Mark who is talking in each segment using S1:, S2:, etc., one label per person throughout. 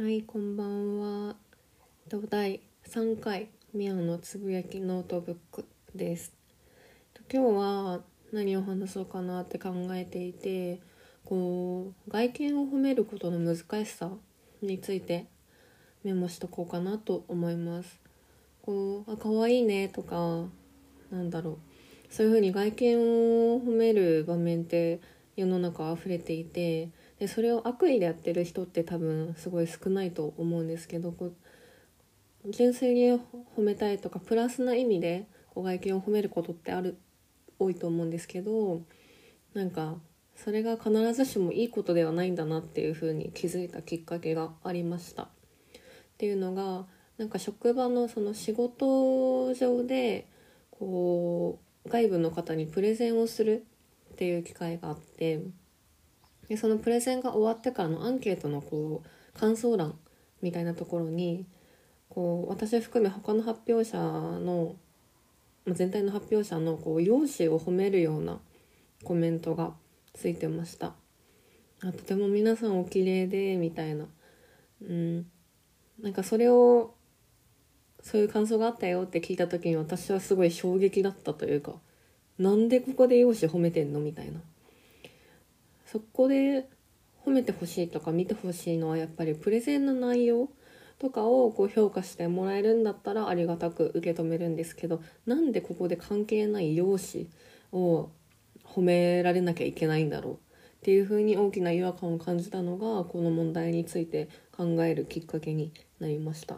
S1: はい、こんばんは。第3回ミアのつぶやきノートブックです。今日は何を話そうかなって考えていて、外見を褒めることの難しさについてメモしとこうかなと思います。可愛いねとか、そういう風に外見を褒める場面って世の中溢れていて、でそれを悪意でやってる人って多分すごい少ないと思うんですけど、純粋に褒めたいとかプラスな意味で外見を褒めることって多いと思うんですけど、それが必ずしもいいことではないんだなっていう風に気づいたきっかけがありました。っていうのが、職場のその仕事上で外部の方にプレゼンをするっていう機会があって、でそのプレゼンが終わってからのアンケートの感想欄みたいなところに、私含め他の発表者の全体の発表者の容姿を褒めるようなコメントがついてました。とても皆さんお綺麗でみたいな、そういう感想があったよって聞いた時に、私はすごい衝撃だったというか、なんでここで容姿褒めてんのみたいな。そこで褒めてほしいとか見てほしいのはやっぱりプレゼンの内容とかを評価してもらえるんだったらありがたく受け止めるんですけど、なんでここで関係ない容姿を褒められなきゃいけないんだろうっていう風に大きな違和感を感じたのが、この問題について考えるきっかけになりました。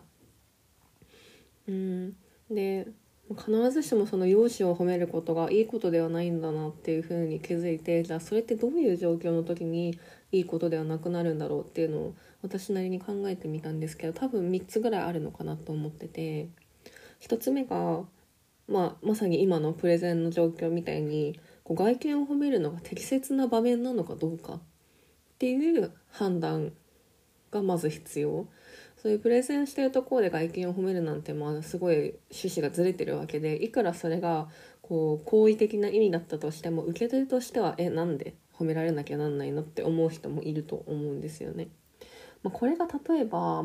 S1: で、必ずしもその容姿を褒めることがいいことではないんだなっていう風に気づいて、じゃあそれってどういう状況の時にいいことではなくなるんだろうっていうのを私なりに考えてみたんですけど、多分3つぐらいあるのかなと思ってて、1つ目が、まさに今のプレゼンの状況みたいに外見を褒めるのが適切な場面なのかどうかっていう判断がまず必要。そういうプレゼンしてるところで外見を褒めるなんて、すごい趣旨がずれてるわけで、いくらそれが好意的な意味だったとしても、受け取りとしてはなんで褒められなきゃなんないのって思う人もいると思うんですよね。これが例えば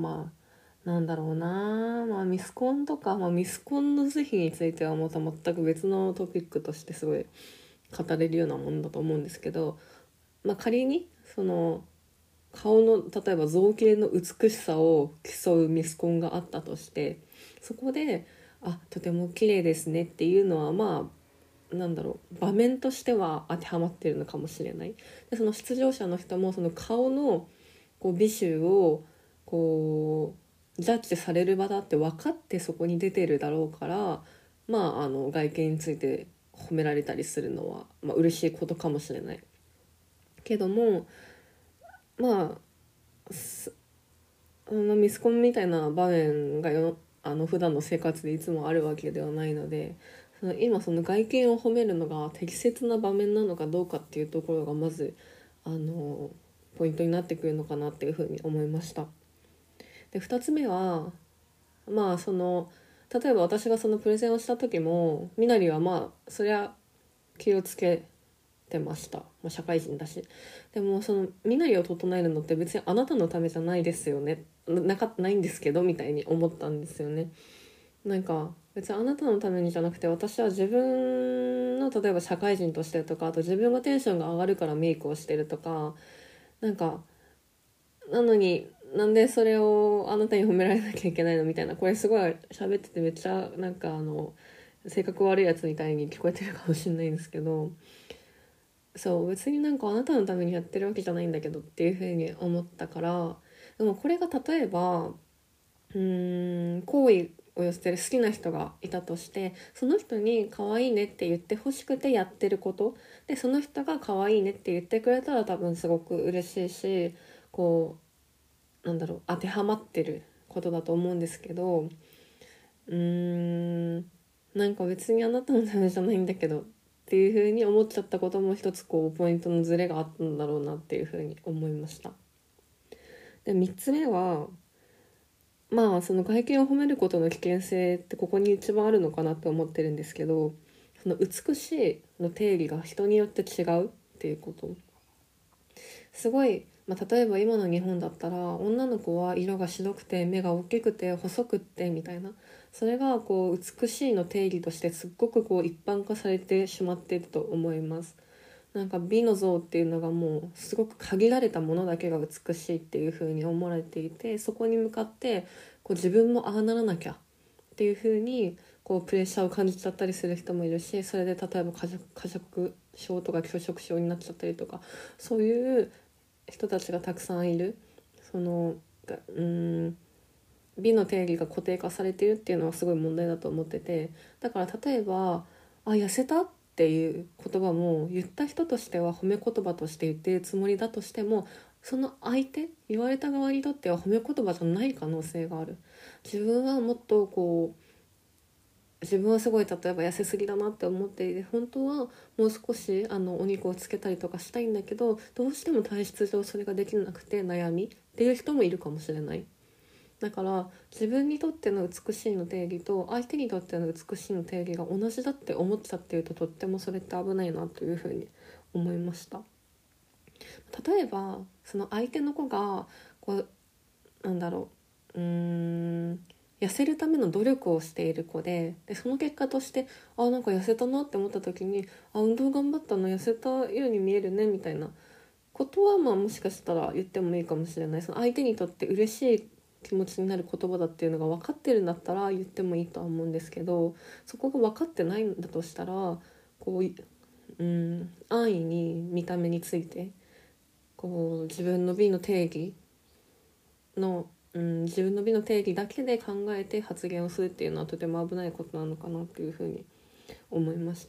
S1: ミスコンとか、ミスコンの是非についてはまた全く別のトピックとしてすごい語れるようなものだと思うんですけど、仮にその顔の例えば造形の美しさを競うミスコンがあったとして、そこでとても綺麗ですねっていうのは場面としては当てはまってるのかもしれない。でその出場者の人もその顔の美醜をジャッジされる場だって分かってそこに出てるだろうから、外見について褒められたりするのは、嬉しいことかもしれないけども、ミスコンみたいな場面が普段の生活でいつもあるわけではないので、今その外見を褒めるのが適切な場面なのかどうかっていうところがまずポイントになってくるのかなっていうふうに思いました。で2つ目は、例えば私がそのプレゼンをした時も、みなりはそりゃ気をつけてました。社会人だし。でもその身なりを整えるのって別にあなたのためじゃないですよね、ないんですけどみたいに思ったんですよね。別にあなたのためにじゃなくて、私は自分の例えば社会人としてとか、あと自分がテンションが上がるからメイクをしてるとか、なのになんでそれをあなたに褒められなきゃいけないのみたいな、これすごい喋っててめっちゃ性格悪いやつみたいに聞こえてるかもしれないんですけど、そう別にあなたのためにやってるわけじゃないんだけどっていう風に思ったから。でもこれが例えば好意を寄せてる好きな人がいたとして、その人に可愛いねって言ってほしくてやってることで、その人が可愛いねって言ってくれたら多分すごく嬉しいし、当てはまってることだと思うんですけど、別にあなたのためじゃないんだけどっていう風に思っちゃったことも一つポイントのズレがあったんだろうなっていう風に思いました。で3つ目は、その外見を褒めることの危険性ってここに一番あるのかなって思ってるんですけど、その美しいの定義が人によって違うっていうこと。すごい例えば今の日本だったら女の子は色が白くて目が大きくて細くってみたいな、それがこう美しいの定義としてすっごくこう一般化されてしまっていると思います。なんか美の像っていうのがもうすごく限られたものだけが美しいっていう風に思われていて、そこに向かってこう自分もああならなきゃっていう風にこうプレッシャーを感じちゃったりする人もいるし、それで例えば過食症とか拒食症になっちゃったりとか、そういう人たちがたくさんいる。その美の定義が固定化されているっていうのはすごい問題だと思ってて、だから例えば痩せたっていう言葉も言った人としては褒め言葉として言っているつもりだとしても、その相手言われた側にとっては褒め言葉じゃない可能性がある。自分はもっとこう自分はすごい例えば痩せすぎだなって思っていて、本当はもう少しお肉をつけたりとかしたいんだけど、どうしても体質上それができなくて悩みっていう人もいるかもしれない。だから自分にとっての美しいの定義と相手にとっての美しいの定義が同じだって思っちゃってると、とってもそれって危ないなというふうに思いました。例えばその相手の子がこうなんだろう痩せるための努力をしている子で、その結果としてなんか痩せたなって思った時に運動頑張ったの痩せたように見えるねみたいなことはもしかしたら言ってもいいかもしれない。その相手にとって嬉しい気持ちになる言葉だっていうのが分かってるんだったら言ってもいいとは思うんですけど、そこが分かってないんだとしたらこ安易に見た目についてこう自分の美の定義だけで考えて発言をするっていうのはとても危ないことなのかなっていうふうに思いました。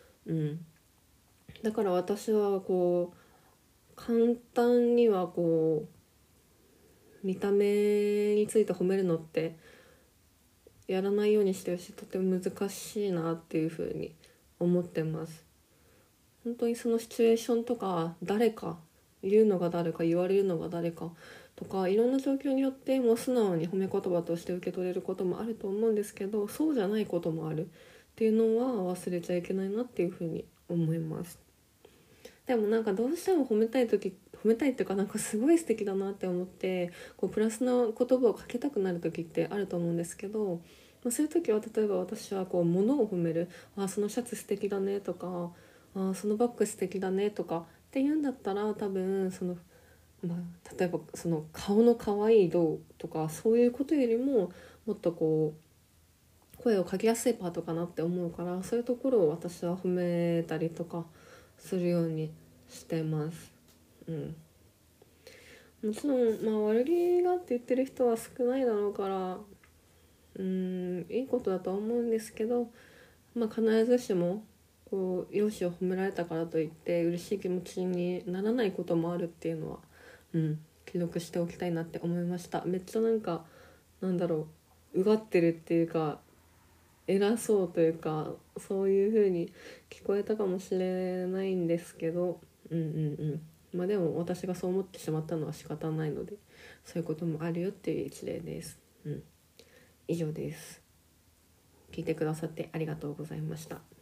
S1: だから私はこう簡単にはこう見た目について褒めるのってやらないようにしてるし、とても難しいなっていうふうに思ってます。本当にそのシチュエーションとか誰か言うのが誰か言われるのが誰かとかいろんな状況によってもう素直に褒め言葉として受け取れることもあると思うんですけど、そうじゃないこともあるっていうのは忘れちゃいけないなっていうふうに思います。でもなんかどうしても褒めたいっていうかなんかすごい素敵だなって思ってこうプラスの言葉をかけたくなる時ってあると思うんですけど、そういう時は例えば私はこう物を褒める、そのシャツ素敵だねとかそのバッグ素敵だねとかって言うんだったら多分例えばその顔の可愛い度とかそういうことよりももっとこう声をかけやすいパートかなって思うから、そういうところを私は褒めたりとかするようにしてます。もちろん、悪気がって言ってる人は少ないだろうからいいことだとは思うんですけど、必ずしもこう容姿を褒められたからといって嬉しい気持ちにならないこともあるっていうのは記録しておきたいなって思いました。めっちゃなんかうがってるっていうか偉そうというかそういう風に聞こえたかもしれないんですけど、でも私がそう思ってしまったのは仕方ないので、そういうこともあるよっていう一例です。以上です。聞いてくださってありがとうございました。